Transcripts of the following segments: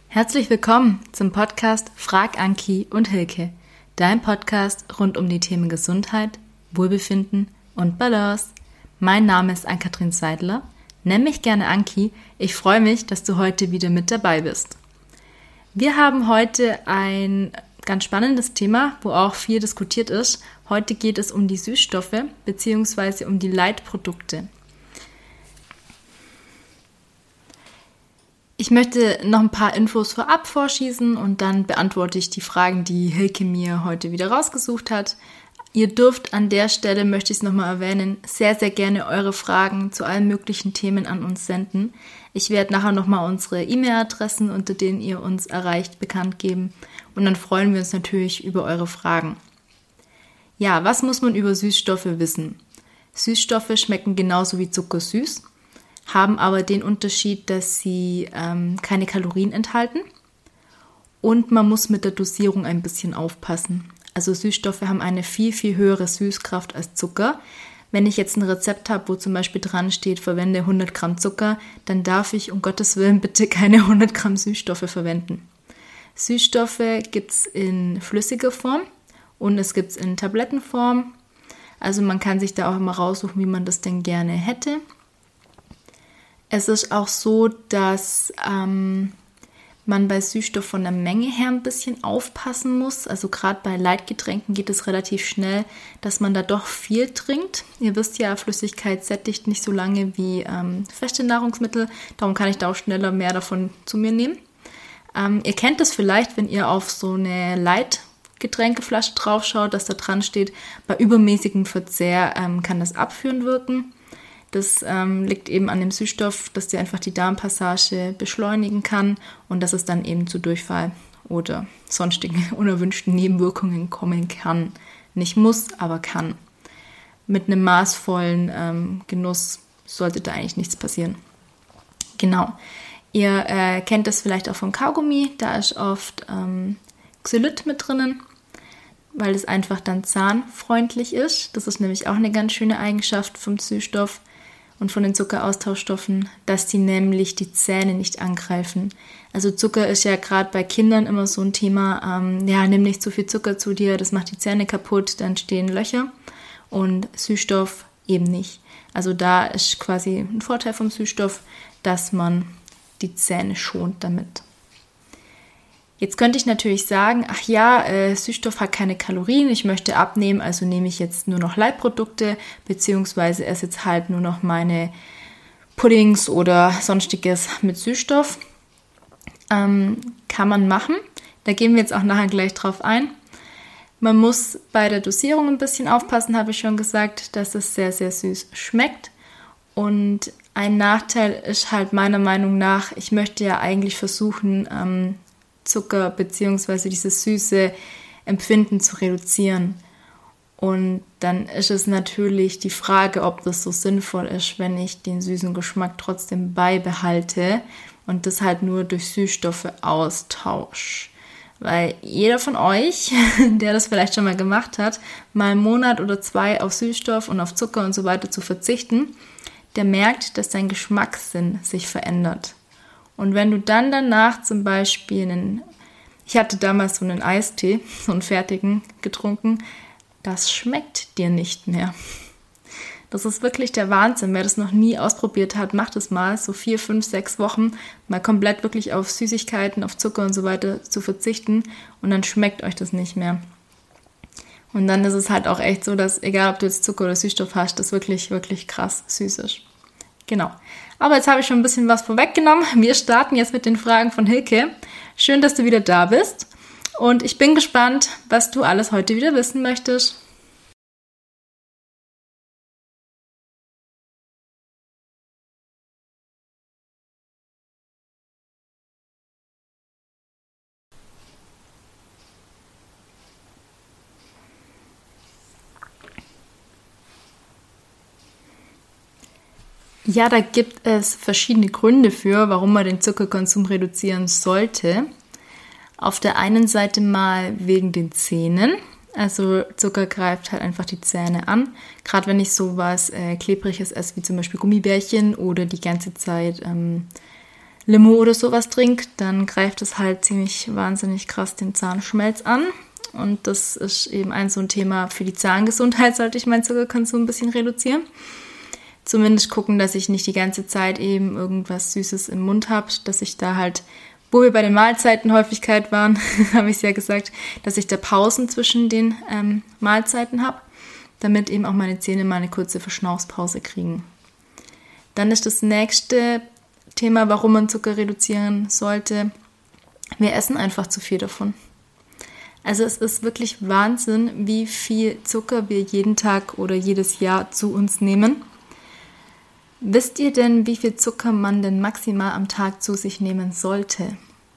Herzlich willkommen zum Podcast Frag Anki und Hilke, dein Podcast rund um die Themen Gesundheit, Wohlbefinden und Balance. Mein Name ist Ann-Kathrin Seidler, nenn mich gerne Anki. Ich freue mich, dass du heute wieder mit dabei bist. Wir haben heute ein ganz spannendes Thema, wo auch viel diskutiert ist. Heute geht es um die Süßstoffe bzw. um die Leitprodukte. Ich möchte noch ein paar Infos vorab vorschießen und dann beantworte ich die Fragen, die Hilke mir heute wieder rausgesucht hat. Ihr dürft an der Stelle, möchte ich es nochmal erwähnen, sehr, sehr gerne eure Fragen zu allen möglichen Themen an uns senden. Ich werde nachher nochmal unsere E-Mail-Adressen, unter denen ihr uns erreicht, bekannt geben und dann freuen wir uns natürlich über eure Fragen. Ja, was muss man über Süßstoffe wissen? Süßstoffe schmecken genauso wie Zucker süß, haben aber den Unterschied, dass sie keine Kalorien enthalten und man muss mit der Dosierung ein bisschen aufpassen. Also Süßstoffe haben eine viel, viel höhere Süßkraft als Zucker. Wenn ich jetzt ein Rezept habe, wo zum Beispiel dran steht, verwende 100 Gramm Zucker, dann darf ich um Gottes Willen bitte keine 100 Gramm Süßstoffe verwenden. Süßstoffe gibt es in flüssiger Form und es gibt es in Tablettenform. Also man kann sich da auch immer raussuchen, wie man das denn gerne hätte. Es ist auch so, dass man bei Süßstoff von der Menge her ein bisschen aufpassen muss. Also gerade bei Leitgetränken geht es relativ schnell, dass man da doch viel trinkt. Ihr wisst ja, Flüssigkeit sättigt nicht so lange wie feste Nahrungsmittel. Darum kann ich da auch schneller mehr davon zu mir nehmen. Ihr kennt das vielleicht, wenn ihr auf so eine Leitgetränkeflasche draufschaut, dass da dran steht, bei übermäßigem Verzehr kann das abführend wirken. Das liegt eben an dem Süßstoff, dass der einfach die Darmpassage beschleunigen kann und dass es dann eben zu Durchfall oder sonstigen unerwünschten Nebenwirkungen kommen kann. Nicht muss, aber kann. Mit einem maßvollen Genuss sollte da eigentlich nichts passieren. Genau. Ihr kennt das vielleicht auch vom Kaugummi, da ist oft Xylit mit drinnen, weil es einfach dann zahnfreundlich ist. Das ist nämlich auch eine ganz schöne Eigenschaft vom Süßstoff und von den Zuckeraustauschstoffen, dass die nämlich die Zähne nicht angreifen. Also Zucker ist ja gerade bei Kindern immer so ein Thema, nimm nicht zu viel Zucker zu dir, das macht die Zähne kaputt, dann stehen Löcher und Süßstoff eben nicht. Also da ist quasi ein Vorteil vom Süßstoff, dass man die Zähne schont damit. Jetzt könnte ich natürlich sagen, Süßstoff hat keine Kalorien, ich möchte abnehmen, also nehme ich jetzt nur noch Leitprodukte, beziehungsweise esse jetzt halt nur noch meine Puddings oder sonstiges mit Süßstoff. Kann man machen, da gehen wir jetzt auch nachher gleich drauf ein. Man muss bei der Dosierung ein bisschen aufpassen, habe ich schon gesagt, dass es sehr, sehr süß schmeckt. Und ein Nachteil ist halt meiner Meinung nach, ich möchte ja eigentlich versuchen, Zucker bzw. dieses süße Empfinden zu reduzieren. Und dann ist es natürlich die Frage, ob das so sinnvoll ist, wenn ich den süßen Geschmack trotzdem beibehalte und das halt nur durch Süßstoffe austausche. Weil jeder von euch, der das vielleicht schon mal gemacht hat, mal einen Monat oder 2 auf Süßstoff und auf Zucker und so weiter zu verzichten, der merkt, dass dein Geschmackssinn sich verändert. Und wenn du dann danach zum Beispiel ich hatte damals so einen Eistee, so einen fertigen, getrunken, das schmeckt dir nicht mehr. Das ist wirklich der Wahnsinn. Wer das noch nie ausprobiert hat, macht es mal, so 4, 5, 6 Wochen, mal komplett wirklich auf Süßigkeiten, auf Zucker und so weiter zu verzichten und dann schmeckt euch das nicht mehr. Und dann ist es halt auch echt so, dass egal, ob du jetzt Zucker oder Süßstoff hast, das wirklich, wirklich krass süß ist. Genau. Aber jetzt habe ich schon ein bisschen was vorweggenommen. Wir starten jetzt mit den Fragen von Hilke. Schön, dass du wieder da bist. Und ich bin gespannt, was du alles heute wieder wissen möchtest. Ja, da gibt es verschiedene Gründe für, warum man den Zuckerkonsum reduzieren sollte. Auf der einen Seite mal wegen den Zähnen. Also Zucker greift halt einfach die Zähne an. Gerade wenn ich sowas Klebriges esse, wie zum Beispiel Gummibärchen oder die ganze Zeit Limo oder sowas trinke, dann greift es halt ziemlich wahnsinnig krass den Zahnschmelz an. Und das ist eben so ein Thema für die Zahngesundheit, sollte ich meinen Zuckerkonsum ein bisschen reduzieren. Zumindest gucken, dass ich nicht die ganze Zeit eben irgendwas Süßes im Mund habe, dass ich da halt, wo wir bei den Mahlzeitenhäufigkeit waren, habe ich es ja gesagt, dass ich da Pausen zwischen den Mahlzeiten habe, damit eben auch meine Zähne mal eine kurze Verschnaufspause kriegen. Dann ist das nächste Thema, warum man Zucker reduzieren sollte. Wir essen einfach zu viel davon. Also es ist wirklich Wahnsinn, wie viel Zucker wir jeden Tag oder jedes Jahr zu uns nehmen. Wisst ihr denn, wie viel Zucker man denn maximal am Tag zu sich nehmen sollte?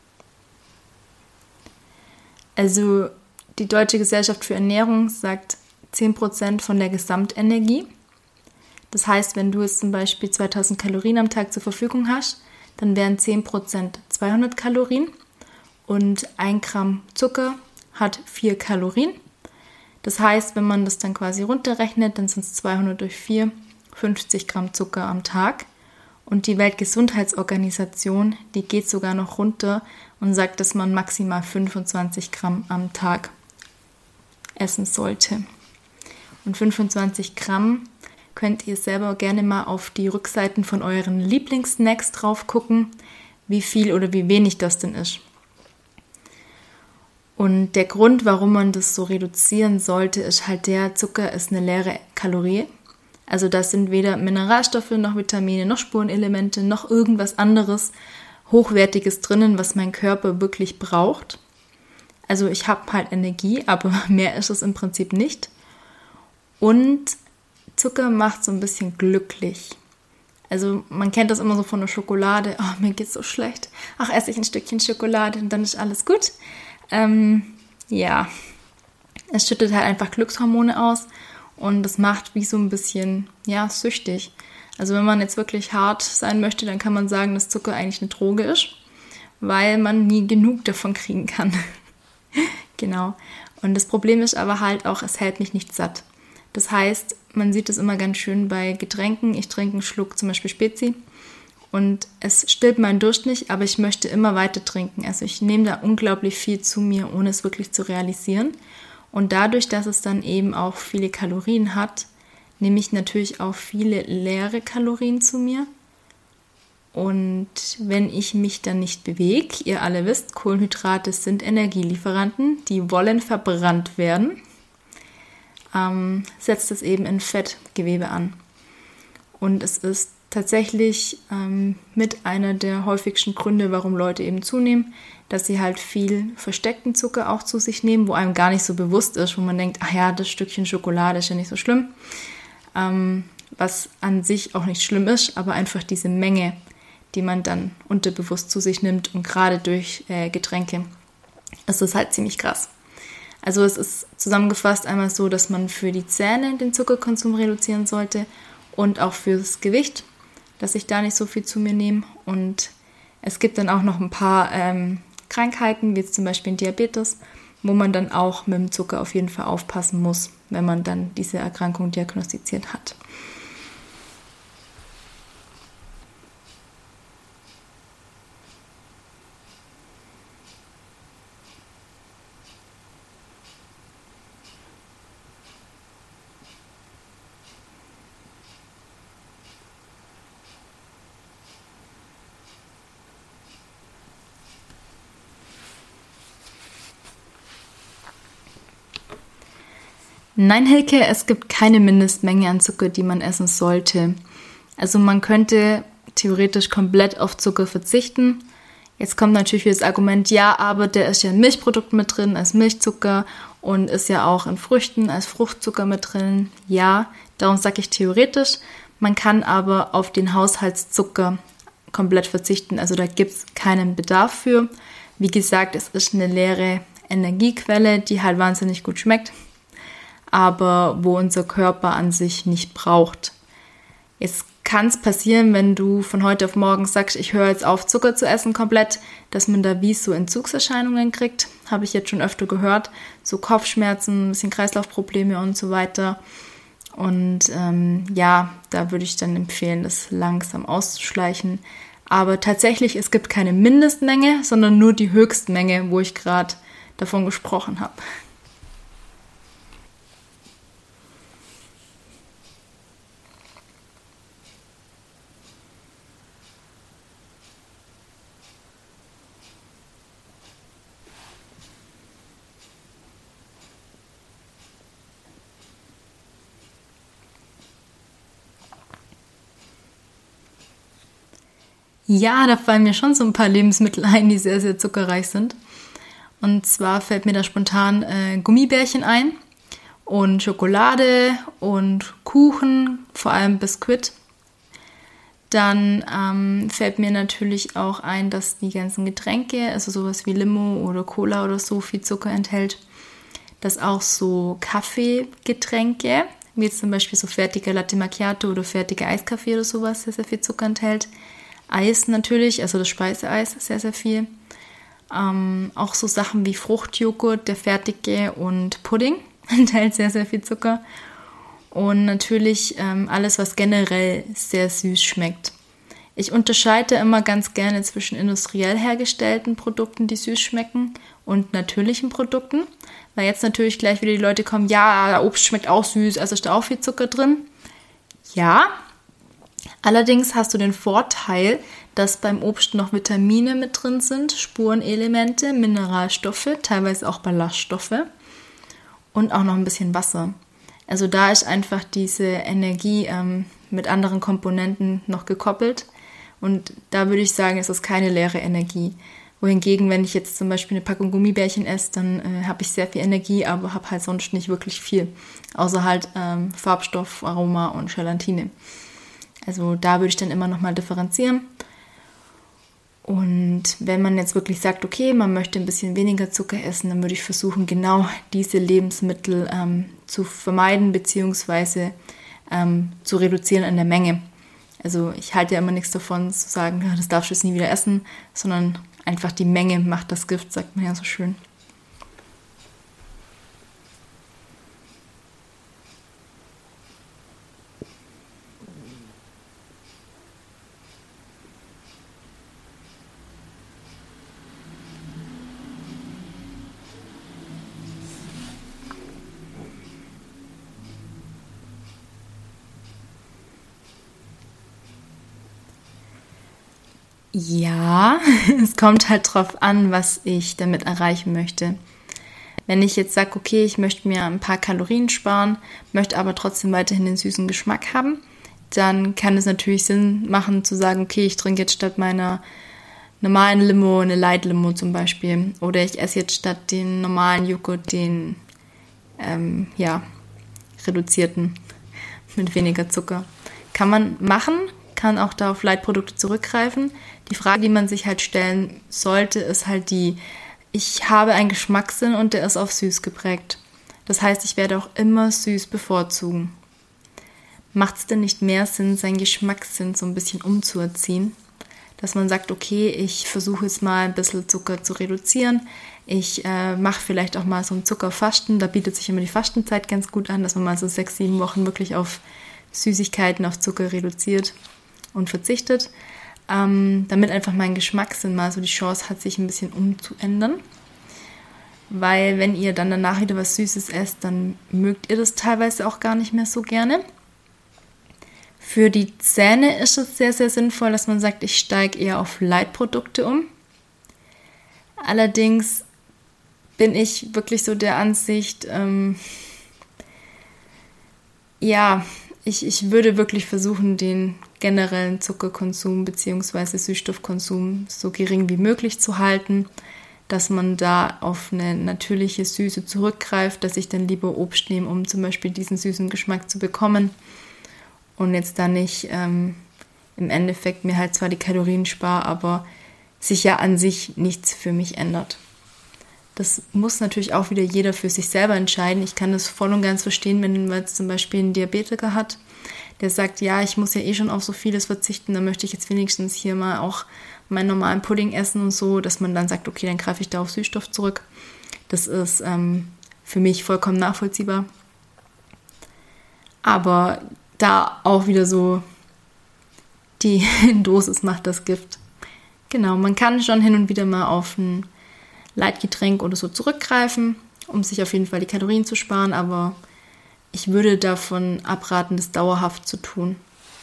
Also die Deutsche Gesellschaft für Ernährung sagt 10% von der Gesamtenergie. Das heißt, wenn du jetzt zum Beispiel 2000 Kalorien am Tag zur Verfügung hast, dann wären 10% 200 Kalorien und 1 Gramm Zucker hat 4 Kalorien. Das heißt, wenn man das dann quasi runterrechnet, dann sind es 200 durch 4, 50 Gramm Zucker am Tag. Und die Weltgesundheitsorganisation, die geht sogar noch runter und sagt, dass man maximal 25 Gramm am Tag essen sollte. Und 25 Gramm könnt ihr selber gerne mal auf die Rückseiten von euren Lieblingssnacks drauf gucken, wie viel oder wie wenig das denn ist. Und der Grund, warum man das so reduzieren sollte, ist halt Zucker ist eine leere Kalorie. Also da sind weder Mineralstoffe, noch Vitamine, noch Spurenelemente, noch irgendwas anderes Hochwertiges drinnen, was mein Körper wirklich braucht. Also ich habe halt Energie, aber mehr ist es im Prinzip nicht. Und Zucker macht so ein bisschen glücklich. Also man kennt das immer so von der Schokolade. Oh, mir geht's so schlecht. Ach, esse ich ein Stückchen Schokolade und dann ist alles gut. Ja, es schüttet halt einfach Glückshormone aus und das macht wie so ein bisschen, ja, süchtig. Also wenn man jetzt wirklich hart sein möchte, dann kann man sagen, dass Zucker eigentlich eine Droge ist, weil man nie genug davon kriegen kann. Genau. Und das Problem ist aber halt auch, es hält mich nicht satt. Das heißt, man sieht es immer ganz schön bei Getränken. Ich trinke einen Schluck zum Beispiel Spezi und es stillt meinen Durst nicht, aber ich möchte immer weiter trinken. Also ich nehme da unglaublich viel zu mir, ohne es wirklich zu realisieren. Und dadurch, dass es dann eben auch viele Kalorien hat, nehme ich natürlich auch viele leere Kalorien zu mir. Und wenn ich mich dann nicht bewege, ihr alle wisst, Kohlenhydrate sind Energielieferanten, die wollen verbrannt werden, setzt es eben in Fettgewebe an. Und es ist tatsächlich mit einer der häufigsten Gründe, warum Leute eben zunehmen, dass sie halt viel versteckten Zucker auch zu sich nehmen, wo einem gar nicht so bewusst ist, wo man denkt, ach ja, das Stückchen Schokolade ist ja nicht so schlimm, was an sich auch nicht schlimm ist, aber einfach diese Menge, die man dann unterbewusst zu sich nimmt und gerade durch Getränke, ist das halt ziemlich krass. Also es ist zusammengefasst einmal so, dass man für die Zähne den Zuckerkonsum reduzieren sollte und auch fürs Gewicht, dass ich da nicht so viel zu mir nehme. Und es gibt dann auch noch ein paar Krankheiten, wie jetzt zum Beispiel Diabetes, wo man dann auch mit dem Zucker auf jeden Fall aufpassen muss, wenn man dann diese Erkrankung diagnostiziert hat. Nein, Hilke, es gibt keine Mindestmenge an Zucker, die man essen sollte. Also man könnte theoretisch komplett auf Zucker verzichten. Jetzt kommt natürlich wieder das Argument, ja, aber der ist ja in Milchprodukten mit drin, als Milchzucker und ist ja auch in Früchten als Fruchtzucker mit drin. Ja, darum sage ich theoretisch. Man kann aber auf den Haushaltszucker komplett verzichten. Also da gibt es keinen Bedarf für. Wie gesagt, es ist eine leere Energiequelle, die halt wahnsinnig gut schmeckt, aber wo unser Körper an sich nicht braucht. Jetzt kann es passieren, wenn du von heute auf morgen sagst, ich höre jetzt auf, Zucker zu essen komplett, dass man da wie so Entzugserscheinungen kriegt. Habe ich jetzt schon öfter gehört. So Kopfschmerzen, ein bisschen Kreislaufprobleme und so weiter. Und ja, da würde ich dann empfehlen, das langsam auszuschleichen. Aber tatsächlich, es gibt keine Mindestmenge, sondern nur die Höchstmenge, wo ich gerade davon gesprochen habe. Ja, da fallen mir schon so ein paar Lebensmittel ein, die sehr, sehr zuckerreich sind. Und zwar fällt mir da spontan Gummibärchen ein und Schokolade und Kuchen, vor allem Biskuit. Dann fällt mir natürlich auch ein, dass die ganzen Getränke, also sowas wie Limo oder Cola oder so, viel Zucker enthält. Dass auch so Kaffeegetränke, wie jetzt zum Beispiel so fertiger Latte Macchiato oder fertiger Eiskaffee oder sowas, sehr, sehr viel Zucker enthält. Eis natürlich, also das Speiseeis, sehr, sehr viel. Auch so Sachen wie Fruchtjoghurt, der fertige und Pudding enthält sehr, sehr viel Zucker. Und natürlich alles, was generell sehr süß schmeckt. Ich unterscheide immer ganz gerne zwischen industriell hergestellten Produkten, die süß schmecken, und natürlichen Produkten. Weil jetzt natürlich gleich wieder die Leute kommen, ja, Obst schmeckt auch süß, also ist da auch viel Zucker drin. Ja, allerdings hast du den Vorteil, dass beim Obst noch Vitamine mit drin sind, Spurenelemente, Mineralstoffe, teilweise auch Ballaststoffe und auch noch ein bisschen Wasser. Also da ist einfach diese Energie mit anderen Komponenten noch gekoppelt und da würde ich sagen, es ist keine leere Energie. Wohingegen, wenn ich jetzt zum Beispiel eine Packung Gummibärchen esse, dann habe ich sehr viel Energie, aber habe halt sonst nicht wirklich viel, außer halt Farbstoff, Aroma und Gelatine. Also da würde ich dann immer nochmal differenzieren. Und wenn man jetzt wirklich sagt, okay, man möchte ein bisschen weniger Zucker essen, dann würde ich versuchen, genau diese Lebensmittel zu vermeiden bzw. zu reduzieren in der Menge. Also ich halte ja immer nichts davon zu sagen, ja, das darfst du jetzt nie wieder essen, sondern einfach die Menge macht das Gift, sagt man ja so schön. Ja, es kommt halt drauf an, was ich damit erreichen möchte. Wenn ich jetzt sage, okay, ich möchte mir ein paar Kalorien sparen, möchte aber trotzdem weiterhin den süßen Geschmack haben, dann kann es natürlich Sinn machen zu sagen, okay, ich trinke jetzt statt meiner normalen Limo eine Light Limo zum Beispiel. Oder ich esse jetzt statt den normalen Joghurt den reduzierten mit weniger Zucker. Kann man machen, kann auch da auf Leitprodukte zurückgreifen. Die Frage, die man sich halt stellen sollte, ist halt ich habe einen Geschmackssinn und der ist auf süß geprägt. Das heißt, ich werde auch immer süß bevorzugen. Macht es denn nicht mehr Sinn, seinen Geschmackssinn so ein bisschen umzuerziehen? Dass man sagt, okay, ich versuche jetzt mal ein bisschen Zucker zu reduzieren. Ich mache vielleicht auch mal so ein Zuckerfasten. Da bietet sich immer die Fastenzeit ganz gut an, dass man mal so 6-7 Wochen wirklich auf Süßigkeiten, auf Zucker reduziert und verzichtet, damit einfach mein Geschmackssinn mal so die Chance hat, sich ein bisschen umzuändern. Weil wenn ihr dann danach wieder was Süßes esst, dann mögt ihr das teilweise auch gar nicht mehr so gerne. Für die Zähne ist es sehr, sehr sinnvoll, dass man sagt, ich steige eher auf Leitprodukte um. Allerdings bin ich wirklich so der Ansicht, ich würde wirklich versuchen, den generellen Zuckerkonsum bzw. Süßstoffkonsum so gering wie möglich zu halten, dass man da auf eine natürliche Süße zurückgreift, dass ich dann lieber Obst nehme, um zum Beispiel diesen süßen Geschmack zu bekommen und jetzt dann nicht im Endeffekt mir halt zwar die Kalorien spare, aber sich ja an sich nichts für mich ändert. Das muss natürlich auch wieder jeder für sich selber entscheiden. Ich kann das voll und ganz verstehen, wenn man jetzt zum Beispiel einen Diabetiker hat, der sagt, ja, ich muss ja eh schon auf so vieles verzichten, dann möchte ich jetzt wenigstens hier mal auch meinen normalen Pudding essen und so, dass man dann sagt, okay, dann greife ich da auf Süßstoff zurück. Das ist für mich vollkommen nachvollziehbar. Aber da auch wieder so, die Dosis macht das Gift. Genau, man kann schon hin und wieder mal auf ein Leitgetränk oder so zurückgreifen, um sich auf jeden Fall die Kalorien zu sparen, aber ich würde davon abraten, das dauerhaft zu tun.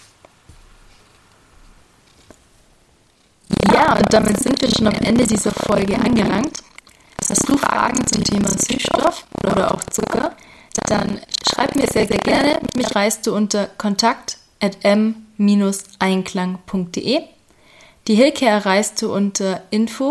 Ja, und damit sind wir schon am Ende dieser Folge angelangt. Hast du Fragen zum Thema Süßstoff oder auch Zucker? Dann schreib mir sehr, sehr gerne. Mich erreichst du unter kontakt@m-einklang.de. Die Hilke erreichst du unter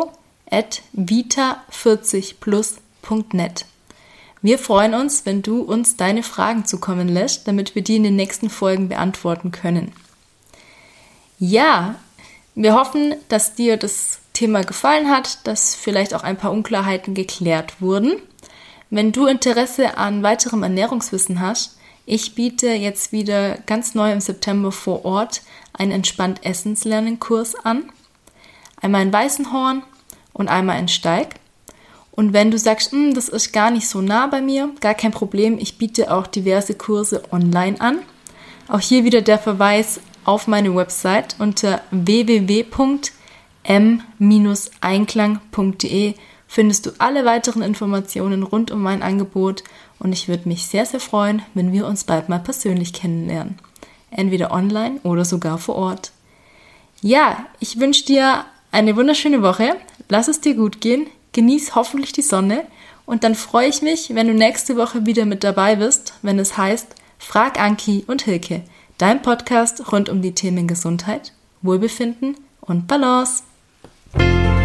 info@vita40plus.net. Wir freuen uns, wenn du uns deine Fragen zukommen lässt, damit wir die in den nächsten Folgen beantworten können. Ja, wir hoffen, dass dir das Thema gefallen hat, dass vielleicht auch ein paar Unklarheiten geklärt wurden. Wenn du Interesse an weiterem Ernährungswissen hast, ich biete jetzt wieder ganz neu im September vor Ort einen Entspannt-Essens-Lernen-Kurs an. Einmal in Weißenhorn und einmal in Steig. Und wenn du sagst, das ist gar nicht so nah bei mir, gar kein Problem, ich biete auch diverse Kurse online an. Auch hier wieder der Verweis auf meine Website unter www.m-einklang.de findest du alle weiteren Informationen rund um mein Angebot und ich würde mich sehr, sehr freuen, wenn wir uns bald mal persönlich kennenlernen. Entweder online oder sogar vor Ort. Ja, ich wünsche dir eine wunderschöne Woche, lass es dir gut gehen, genieß hoffentlich die Sonne und dann freue ich mich, wenn du nächste Woche wieder mit dabei bist, wenn es heißt Frag Anki und Hilke, dein Podcast rund um die Themen Gesundheit, Wohlbefinden und Balance.